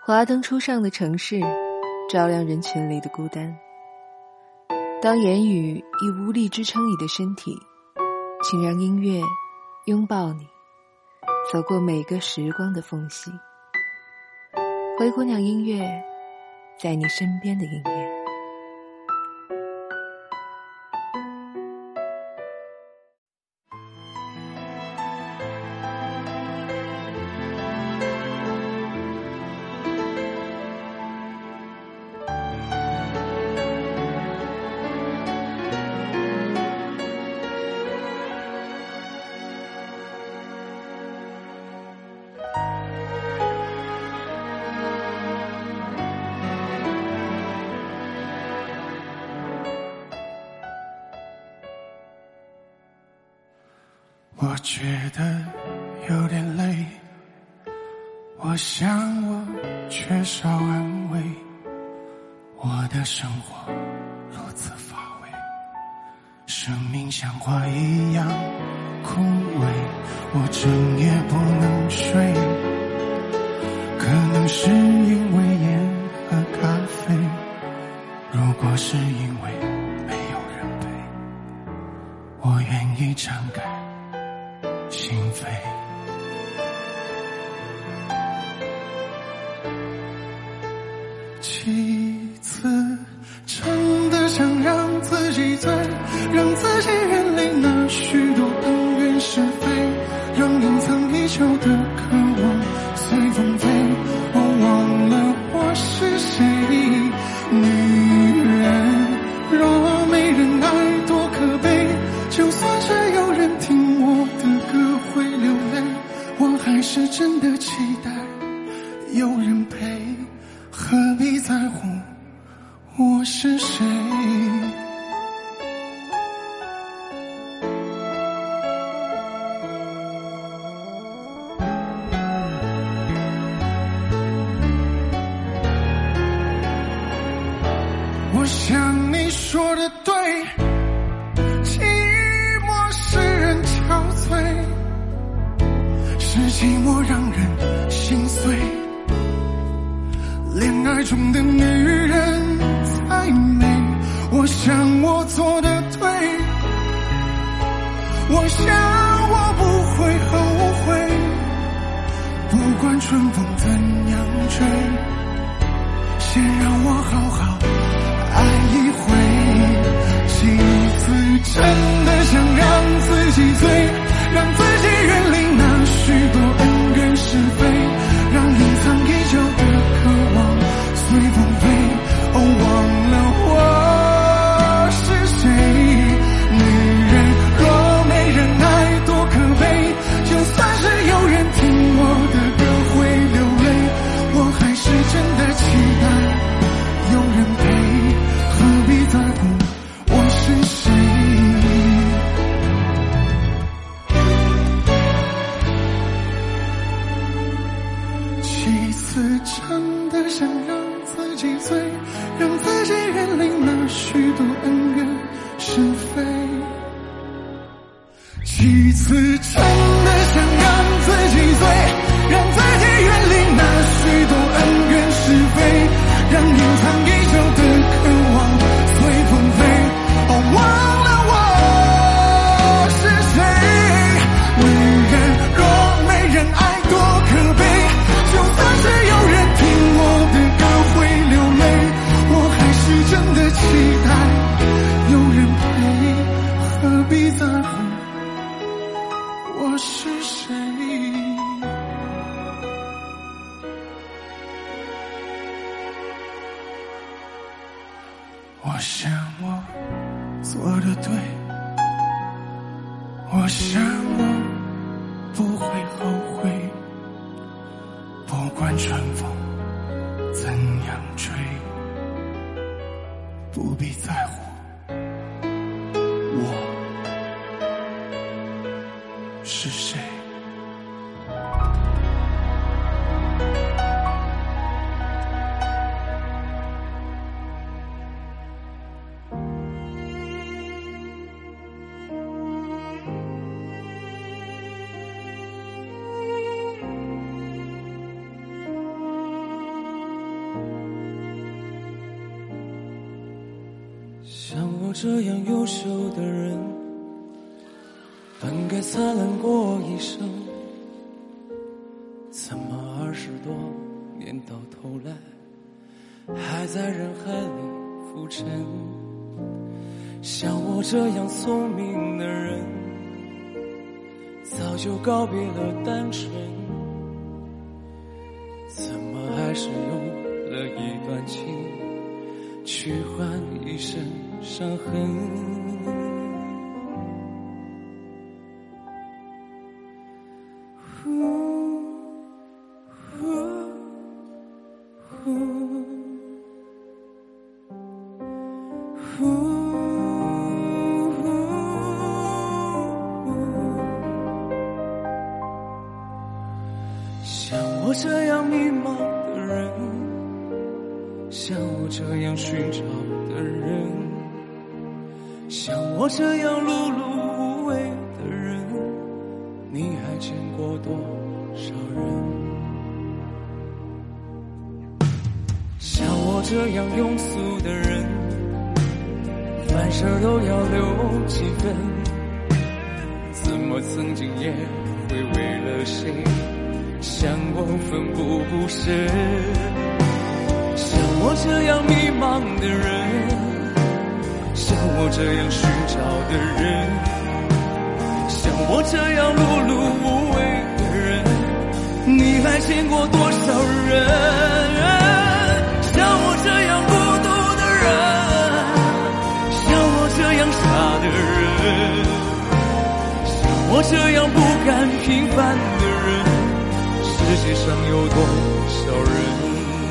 华灯初上的城市，照亮人群里的孤单。当言语已无力支撑你的身体，请让音乐拥抱你，走过每个时光的缝隙。灰姑娘音乐，在你身边的音乐。 我觉得有点累，我想我缺少安慰，我的生活如此乏味，生命像花一样枯萎，我整夜不能睡，可能是因为烟和咖啡，如果是因为没有人陪，我愿意敞开心扉。几次真的想让自己醉，让自己远离那许多恩怨是非，让隐藏已久的渴望随风飞。我忘了我是谁，女人若没人爱多可悲，就算是有人听我的歌会流泪，我还是真的期待有人陪，何必在乎我是谁。我想你说的对，寂寞使人憔悴，是寂寞让人心碎，恋爱中的女人才美。我想我做的对，我想我不会后悔，不管春风怎样吹，先让我好好爱一回。几次真的想让自己醉，让自己远离那许多恩怨是非，让隐藏已久的渴望随风飞。哦，忘了我是谁，女人若没人爱多可悲，就算是有人听我的歌会流泪，我还是真的期待有人陪，何必在乎我是谁。几次真的想让自己醉，让自己远离那许多恩怨是非。几次真的想让自己醉，让自己远离那许多恩怨是非，让隐藏已久的渴望随风飞。哦，忘了我是谁，女人若没人爱多可悲，就算是有人听我的歌会流泪，我还是真的期待有人陪，何必在乎我是谁。我想我做的对，我想我不会后悔，不管春风怎样吹，不必在乎我是谁。 这样优秀的人，本该灿烂过一生，怎么20多年到头来还在人海里浮沉？像我这样聪明的人，早就告别了单纯，怎么还是用了一段情去换一身伤痕？像我这样迷茫的人，像我这样寻找的人，像我这样碌碌无为的人，你还见过多少人？像我这样庸俗的人，凡事都要留几分，怎么曾经也会为了谁想过奋不顾身？像我这样迷茫的人，像我这样寻找的人，像我这样碌碌无为的人，你还见过多少人？像我这样孤独的人，像我这样傻的人，像我这样不甘平凡的人，世界上有多少人？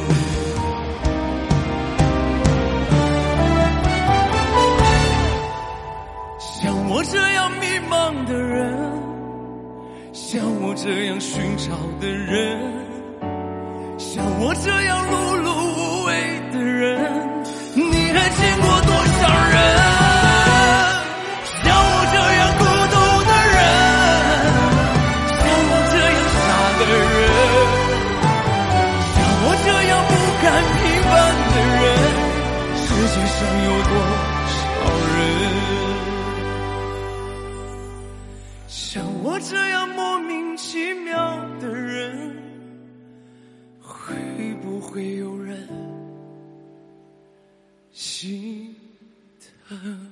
像我这样迷茫的人，像我这样寻找的人，像我这样碌碌无为的人，你还见过多少人？像我这样孤独的人，像我这样傻的人，像我这样不甘平凡的人，世界上有多少人？像我这样莫名其妙的人，会不会有人心疼？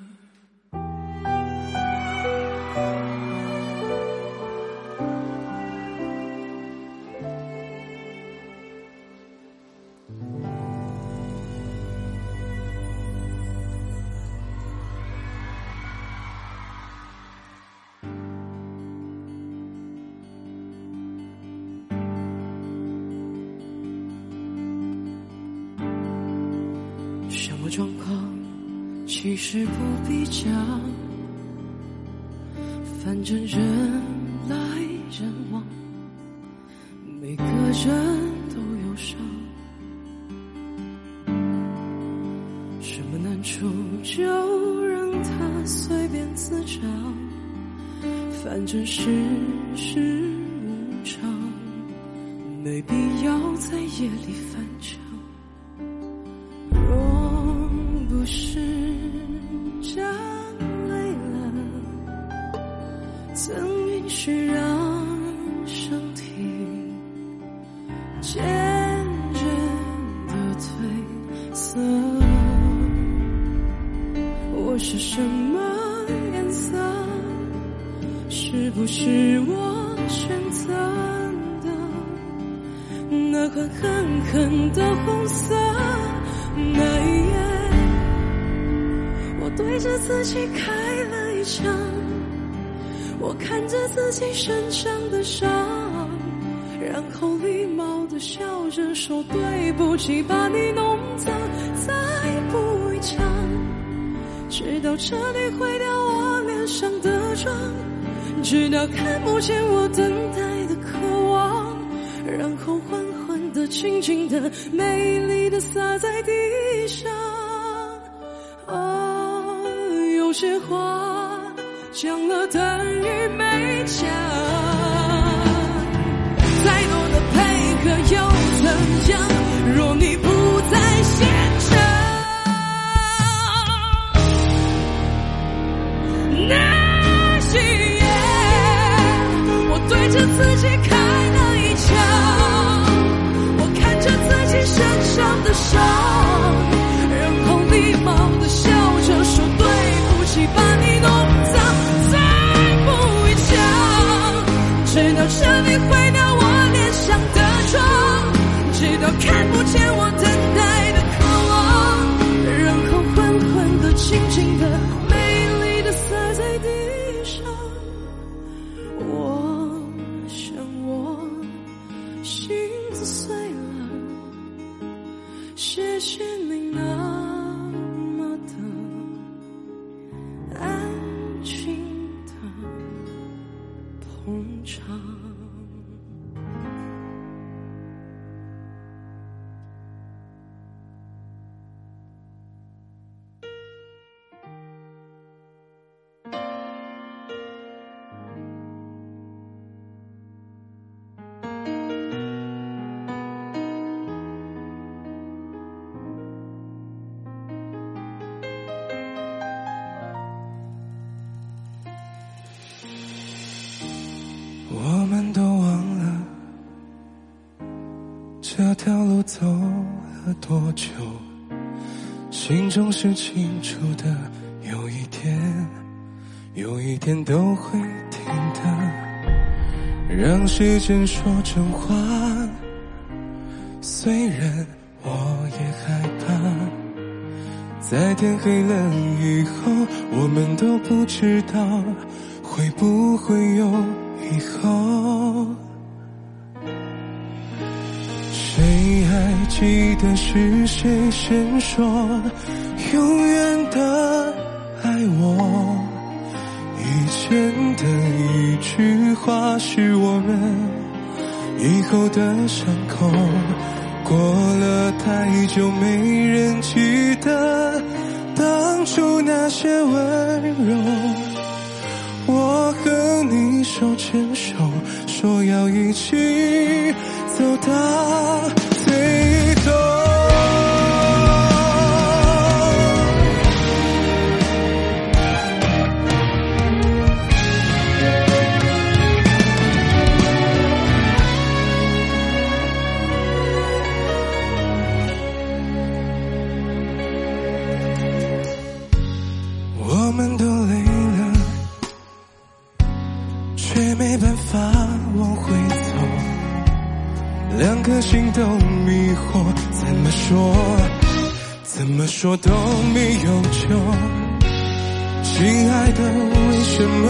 什么状况其实不必讲，反正人来人往，每个人都有伤。什么难处就让它随便滋长，反正世事无常，没必要在夜里翻墙。不是站累了，曾允许让身体渐渐的褪色。我是什么颜色？是不是我选择的？那狠狠狠的红色，那一夜我对着自己开了一枪，我看着自己身上的伤，然后礼貌地笑着说对不起，把你弄脏，再补一枪，直到彻底毁掉我脸上的妆，直到看不见我等待的渴望，然后缓缓地、轻轻地、美丽地洒在地上。有些话讲了等于没讲，再多的配合又怎样？若你不在现场， 自己开了一枪，我看着自己身上的伤，然后礼貌地笑着说对不起，把你弄脏，再补一枪，直到彻底毁掉我脸上的妆，直到看不见我等待的渴望，然后缓缓地轻轻地美丽地洒在地上。我想我心子碎了，谢谢你那么的安静的捧场。 我们都忘了这条路走了多久，心中是清楚的，有一天都会停的，让时间说真话，虽然我也害怕，在天黑了以后，我们都不知道会不会有以后。谁还记得是谁先说永远的爱我？以前的一句话是我们以后的伤口，过了太久没人记得当初那些温柔。我和你手牵手，说要一起走到最后。我们都累了，却没办法往回走，两颗心都迷惑，怎么说都没有救。亲爱的，为什么？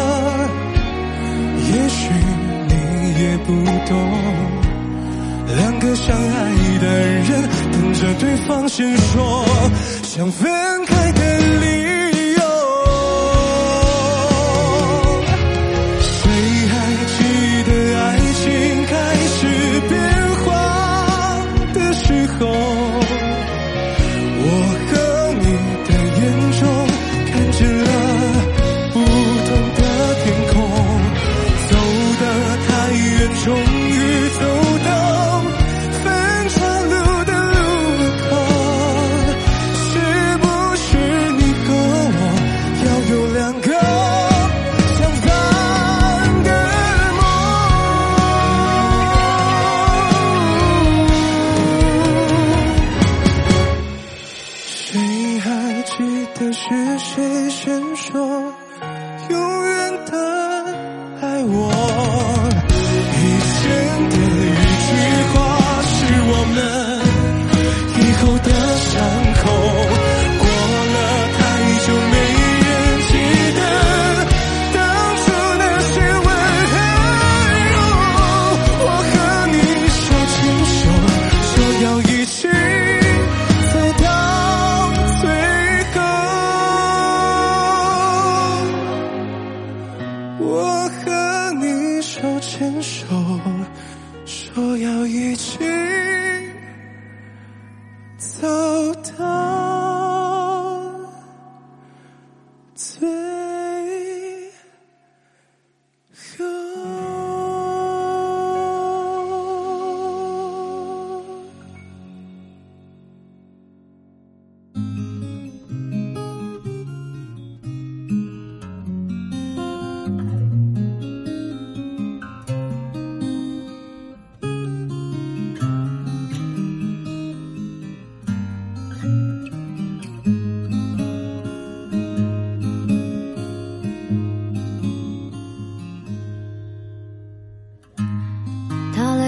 也许你也不懂，两个相爱的人等着对方先说想分开的理由。终于走到分岔路的路口，是不是你和我要有两个相反的梦？谁还记得是谁先说永远的爱我？我和你手牵手，说要一起走到最后。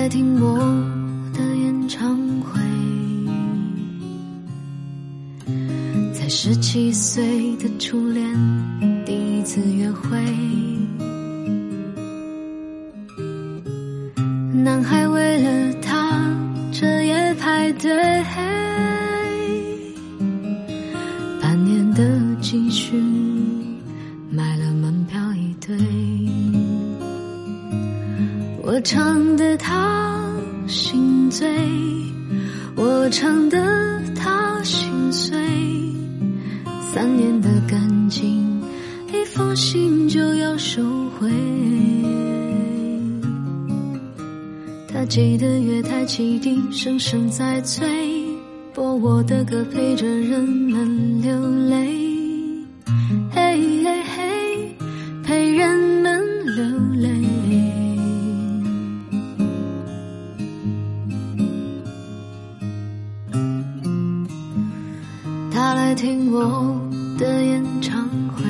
来听我的演唱会，在17岁的初恋第一次约会，男孩为了她彻夜排队，半年的积蓄买了门票一对，我唱得他心醉，我唱得他心碎，3年的感情一封信就要收回，他记得月台汽笛声声在催，播我的歌陪着人们流泪，嘿嘿嘿，陪人们流泪。他来听我的演唱会，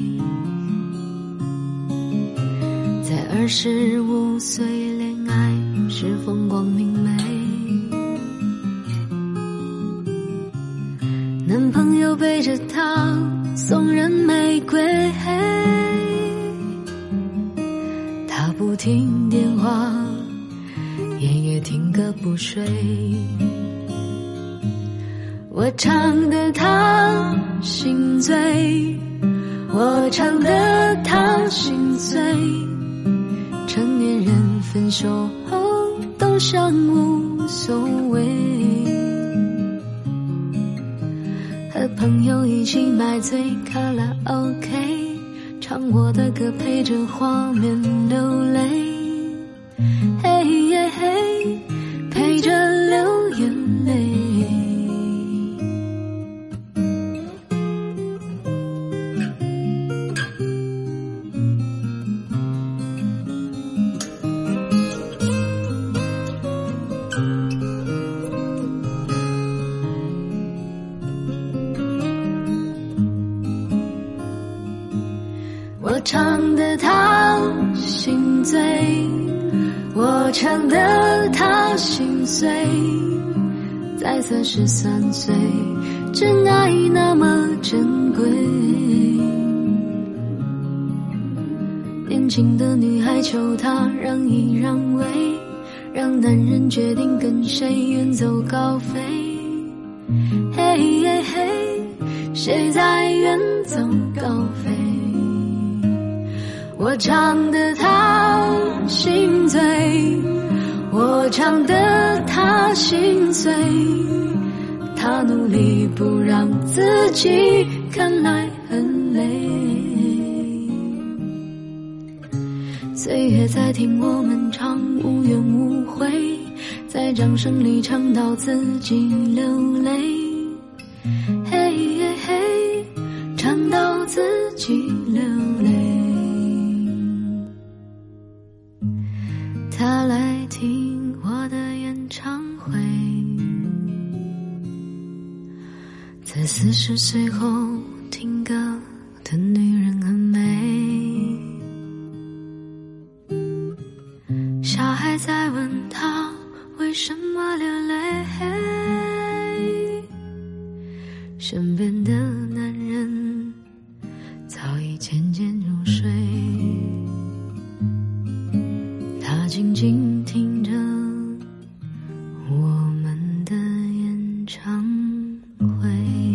在25岁恋爱时风光明媚，男朋友背着她送人玫瑰，她不听电话，夜夜听歌不睡，我唱得她心醉，我唱得她心碎，成年人分手后都像无所谓，和朋友一起买醉卡拉 OK， 唱我的歌陪着画面流泪，嘿耶嘿，陪着流眼泪。我唱得他心醉，我唱得他心碎，在33岁，真爱那么珍贵。年轻的女孩求他让一让位，让男人决定跟谁远走高飞。嘿嘿嘿，谁在远走高飞？我唱得他心醉，我唱得他心碎，他努力不让自己看来很累。岁月在听我们唱无怨无悔，在掌声里唱到自己流泪。嘿嘿嘿，唱到自己流泪。他来听我的演唱会，在40岁后听歌的女人很美。小孩在问他为什么流泪，身边的男人早已渐渐入睡，他静静听着我们的演唱会。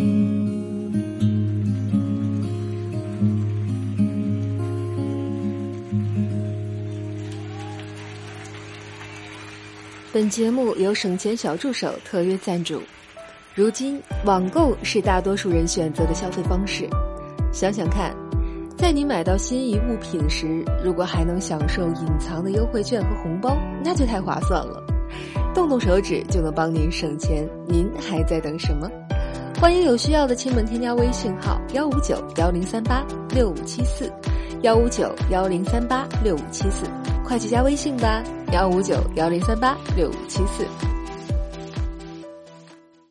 本节目由省钱小助手特约赞助。如今网购是大多数人选择的消费方式，想想看，在你买到心仪物品时，如果还能享受隐藏的优惠券和红包，那就太划算了。动动手指就能帮您省钱，您还在等什么？欢迎有需要的亲们添加微信号15910386574，15910386574，快去加微信吧，15910386574。